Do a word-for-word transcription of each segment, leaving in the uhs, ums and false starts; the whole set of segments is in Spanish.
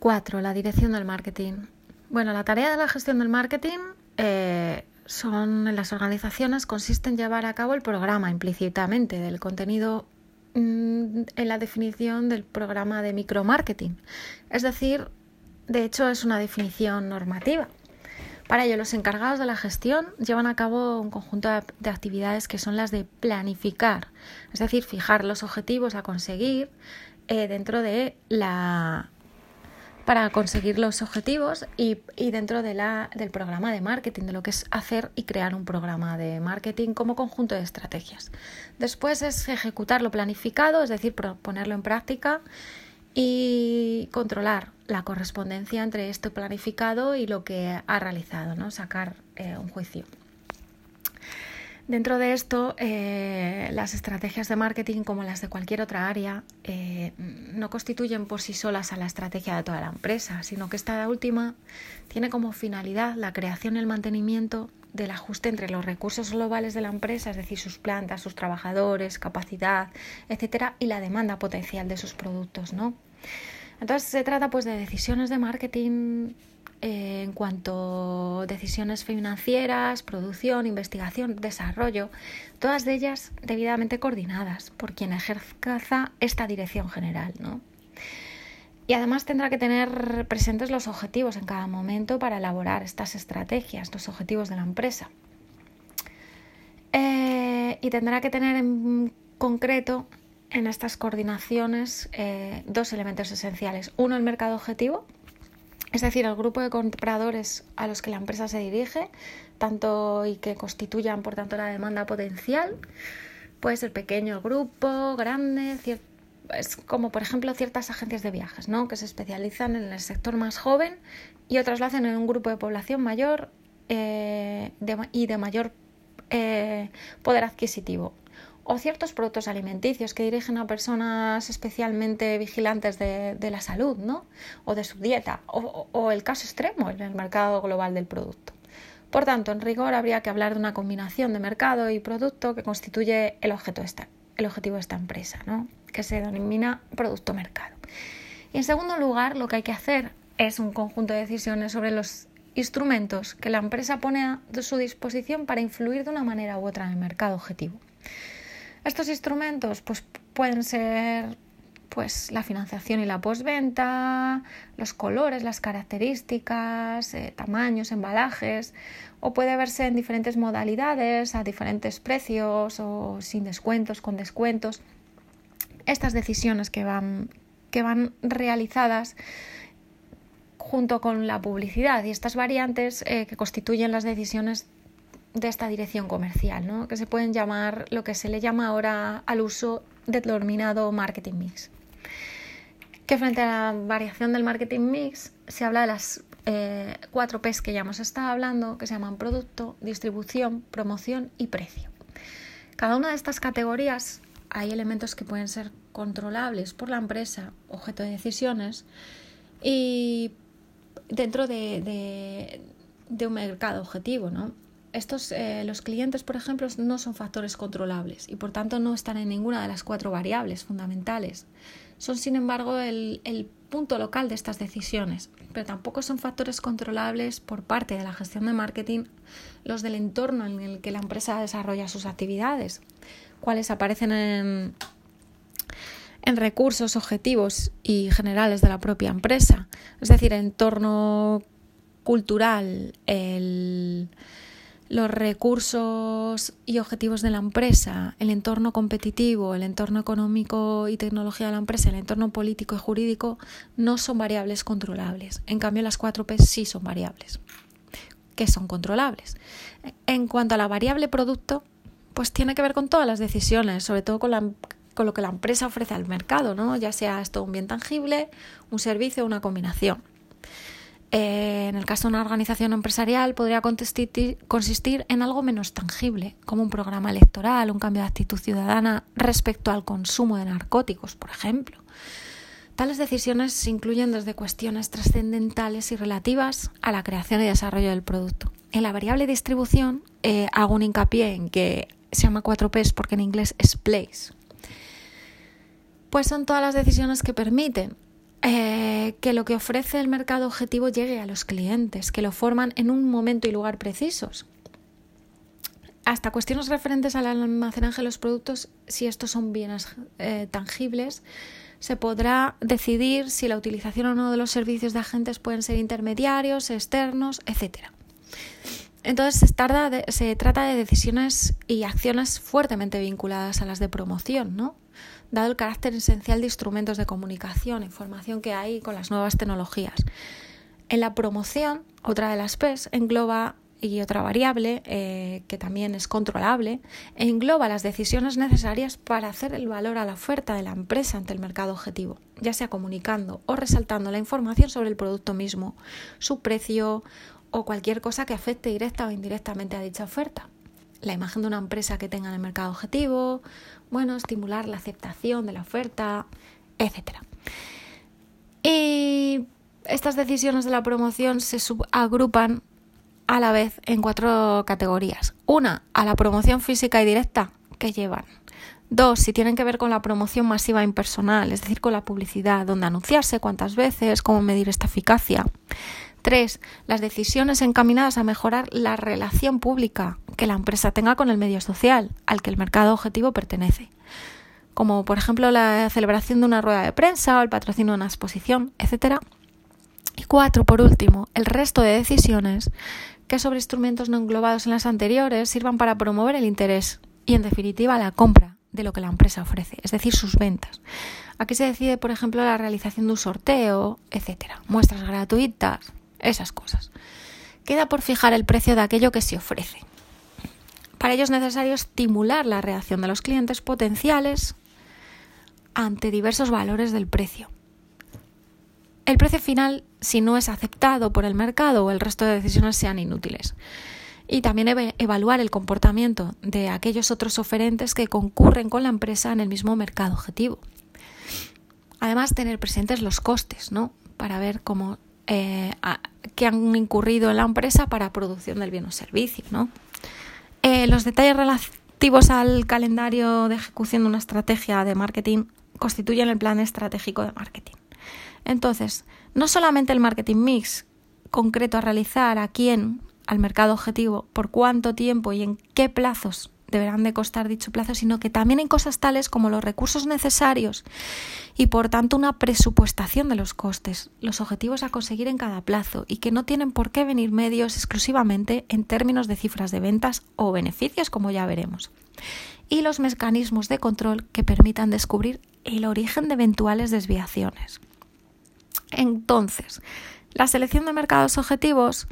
cuatro. La dirección del marketing. Bueno, la tarea de la gestión del marketing eh, son en las organizaciones consiste en llevar a cabo el programa implícitamente del contenido mmm, en la definición del programa de micromarketing. Es decir, de hecho es una definición normativa. Para ello, los encargados de la gestión llevan a cabo un conjunto de actividades que son las de planificar, es decir, fijar los objetivos a conseguir eh, dentro de la para conseguir los objetivos y, y dentro de la, del programa de marketing, de lo que es hacer y crear un programa de marketing como conjunto de estrategias. Después es ejecutar lo planificado, es decir, ponerlo en práctica y controlar la correspondencia entre esto planificado y lo que ha realizado, ¿no? Sacar eh, un juicio. Dentro de esto, eh, las estrategias de marketing, como las de cualquier otra área, eh, no constituyen por sí solas a la estrategia de toda la empresa, sino que esta última tiene como finalidad la creación y el mantenimiento del ajuste entre los recursos globales de la empresa, es decir, sus plantas, sus trabajadores, capacidad, etcétera, y la demanda potencial de sus productos, ¿no? Entonces se trata pues de decisiones de marketing eh, en cuanto a decisiones financieras, producción, investigación, desarrollo, todas de ellas debidamente coordinadas por quien ejerza esta dirección general, ¿no? Y además tendrá que tener presentes los objetivos en cada momento para elaborar estas estrategias, los objetivos de la empresa. Eh, y tendrá que tener en concreto en estas coordinaciones eh, dos elementos esenciales. Uno, el mercado objetivo, es decir, el grupo de compradores a los que la empresa se dirige, tanto y que constituyan, por tanto, la demanda potencial. Puede ser pequeño el grupo, grande, cierto. Es como, por ejemplo, ciertas agencias de viajes, ¿no? Que se especializan en el sector más joven y otras lo hacen en un grupo de población mayor eh, de, y de mayor eh, poder adquisitivo. O ciertos productos alimenticios que dirigen a personas especialmente vigilantes de, de la salud, ¿no? O de su dieta. O, o el caso extremo en el mercado global del producto. Por tanto, en rigor habría que hablar de una combinación de mercado y producto que constituye el objeto de esta, el objetivo de esta empresa, ¿no? Que se denomina producto-mercado. Y en segundo lugar, lo que hay que hacer es un conjunto de decisiones sobre los instrumentos que la empresa pone a su disposición para influir de una manera u otra en el mercado objetivo. Estos instrumentos pues, pueden ser pues, la financiación y la postventa, los colores, las características, eh, tamaños, embalajes, o puede verse en diferentes modalidades, a diferentes precios o sin descuentos, con descuentos. Estas decisiones que van, que van realizadas junto con la publicidad y estas variantes eh, que constituyen las decisiones de esta dirección comercial, ¿no? Que se pueden llamar, lo que se le llama ahora al uso denominado marketing mix. Que frente a la variación del marketing mix se habla de las eh, cuatro P's que ya hemos estado hablando, que se llaman producto, distribución, promoción y precio. Cada una de estas categorías hay elementos que pueden ser controlables por la empresa, objeto de decisiones, y dentro de, de, de un mercado objetivo, ¿no? Estos, eh, los clientes, por ejemplo, no son factores controlables y por tanto no están en ninguna de las cuatro variables fundamentales. Son, sin embargo, el, el punto local de estas decisiones, pero tampoco son factores controlables por parte de la gestión de marketing los del entorno en el que la empresa desarrolla sus actividades, cuáles aparecen en, en recursos objetivos y generales de la propia empresa, es decir, el entorno cultural, el los recursos y objetivos de la empresa, el entorno competitivo, el entorno económico y tecnología de la empresa, el entorno político y jurídico no son variables controlables. En cambio, las cuatro P sí son variables, que son controlables. En cuanto a la variable producto, pues tiene que ver con todas las decisiones, sobre todo con, la, con lo que la empresa ofrece al mercado, ¿no? Ya sea esto un bien tangible, un servicio o una combinación. Eh, en el caso de una organización empresarial podría consistir, consistir en algo menos tangible, como un programa electoral, un cambio de actitud ciudadana respecto al consumo de narcóticos, por ejemplo. Tales decisiones incluyen desde cuestiones trascendentales y relativas a la creación y desarrollo del producto. En la variable distribución eh, hago un hincapié en que se llama cuatro P's porque en inglés es place. Pues son todas las decisiones que permiten Eh, que lo que ofrece el mercado objetivo llegue a los clientes, que lo forman en un momento y lugar precisos. Hasta cuestiones referentes al almacenaje de los productos, si estos son bienes eh, tangibles, se podrá decidir si la utilización o no de los servicios de agentes pueden ser intermediarios, externos, etcétera. Entonces se, tarda de, se trata de decisiones y acciones fuertemente vinculadas a las de promoción, ¿no? Dado el carácter esencial de instrumentos de comunicación e información que hay con las nuevas tecnologías. En la promoción, otra de las P's engloba, y otra variable eh, que también es controlable, engloba las decisiones necesarias para hacer el valor a la oferta de la empresa ante el mercado objetivo, ya sea comunicando o resaltando la información sobre el producto mismo, su precio o cualquier cosa que afecte directa o indirectamente a dicha oferta. La imagen de una empresa que tenga en el mercado objetivo, bueno, estimular la aceptación de la oferta, etcétera. Y estas decisiones de la promoción se subagrupan a la vez en cuatro categorías. Una, a la promoción física y directa que llevan. Dos, si tienen que ver con la promoción masiva e impersonal, es decir, con la publicidad, dónde anunciarse, cuántas veces, cómo medir esta eficacia. Tres, las decisiones encaminadas a mejorar la relación pública que la empresa tenga con el medio social al que el mercado objetivo pertenece, como por ejemplo la celebración de una rueda de prensa o el patrocinio de una exposición, etcétera. Y cuatro, por último, el resto de decisiones que sobre instrumentos no englobados en las anteriores sirvan para promover el interés y, en definitiva, la compra de lo que la empresa ofrece, es decir, sus ventas. Aquí se decide, por ejemplo, la realización de un sorteo, etcétera, muestras gratuitas, esas cosas. Queda por fijar el precio de aquello que se ofrece. Para ello es necesario estimular la reacción de los clientes potenciales ante diversos valores del precio. El precio final, si no es aceptado por el mercado o el resto de decisiones, sean inútiles. Y también ev- evaluar el comportamiento de aquellos otros oferentes que concurren con la empresa en el mismo mercado objetivo. Además, tener presentes los costes, ¿no? Para ver cómo eh, a, qué han incurrido en la empresa para producción del bien o servicio, ¿no? Eh, los detalles relativos al calendario de ejecución de una estrategia de marketing constituyen el plan estratégico de marketing. Entonces, no solamente el marketing mix concreto a realizar, a quién, al mercado objetivo, por cuánto tiempo y en qué plazos deberán de costar dicho plazo, sino que también hay cosas tales como los recursos necesarios y por tanto una presupuestación de los costes, los objetivos a conseguir en cada plazo y que no tienen por qué venir medios exclusivamente en términos de cifras de ventas o beneficios, como ya veremos. Y los mecanismos de control que permitan descubrir el origen de eventuales desviaciones. Entonces, la selección de mercados objetivos,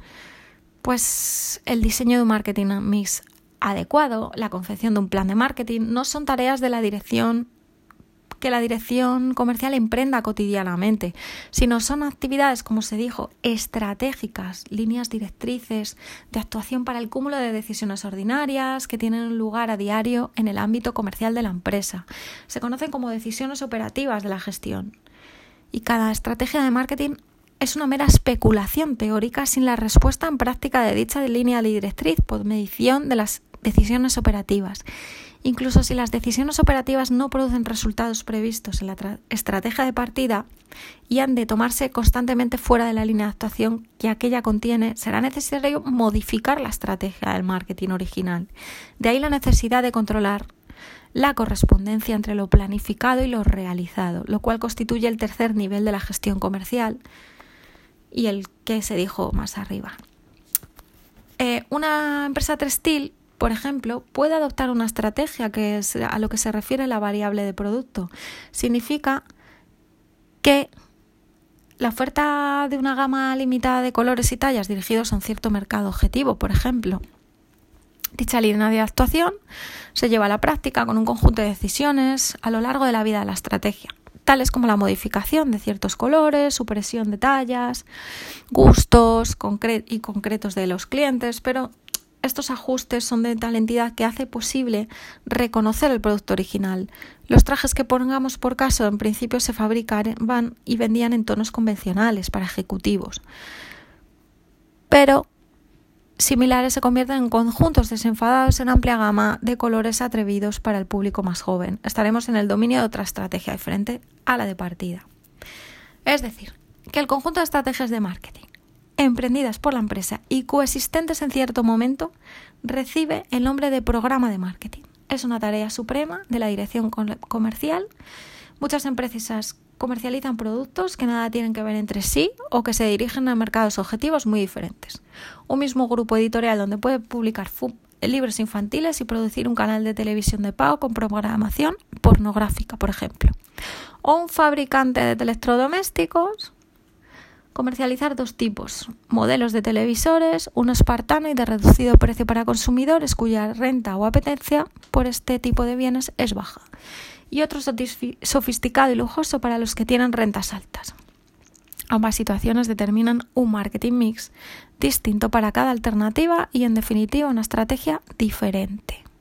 pues el diseño de un marketing mix adecuado, la confección de un plan de marketing, no son tareas de la dirección que la dirección comercial emprenda cotidianamente, sino son actividades, como se dijo, estratégicas, líneas directrices de actuación para el cúmulo de decisiones ordinarias que tienen lugar a diario en el ámbito comercial de la empresa. Se conocen como decisiones operativas de la gestión. Y cada estrategia de marketing es una mera especulación teórica sin la respuesta en práctica de dicha línea directriz por medición de las decisiones operativas. Incluso si las decisiones operativas no producen resultados previstos en la tra- estrategia de partida y han de tomarse constantemente fuera de la línea de actuación que aquella contiene, será necesario modificar la estrategia del marketing original. De ahí la necesidad de controlar la correspondencia entre lo planificado y lo realizado, lo cual constituye el tercer nivel de la gestión comercial y el que se dijo más arriba. Eh, una empresa textil, por ejemplo, puede adoptar una estrategia que es a lo que se refiere la variable de producto. Significa que la oferta de una gama limitada de colores y tallas dirigidos a un cierto mercado objetivo, por ejemplo. Dicha línea de actuación se lleva a la práctica con un conjunto de decisiones a lo largo de la vida de la estrategia, tales como la modificación de ciertos colores, supresión de tallas, gustos concre- y concretos de los clientes, pero estos ajustes son de tal entidad que hace posible reconocer el producto original. Los trajes que pongamos por caso en principio se fabricaban y vendían en tonos convencionales para ejecutivos, pero similares se convierten en conjuntos desenfadados en amplia gama de colores atrevidos para el público más joven. Estaremos en el dominio de otra estrategia diferente a la de partida. Es decir, que el conjunto de estrategias de marketing emprendidas por la empresa y coexistentes en cierto momento recibe el nombre de programa de marketing. Es una tarea suprema de la dirección comercial. Muchas empresas comercializan productos que nada tienen que ver entre sí o que se dirigen a mercados objetivos muy diferentes. Un mismo grupo editorial donde puede publicar fu- libros infantiles y producir un canal de televisión de pago con programación pornográfica, por ejemplo. O un fabricante de electrodomésticos comercializar dos tipos, modelos de televisores, uno espartano y de reducido precio para consumidores cuya renta o apetencia por este tipo de bienes es baja, y otro sofisticado y lujoso para los que tienen rentas altas. Ambas situaciones determinan un marketing mix distinto para cada alternativa y, en definitiva, una estrategia diferente.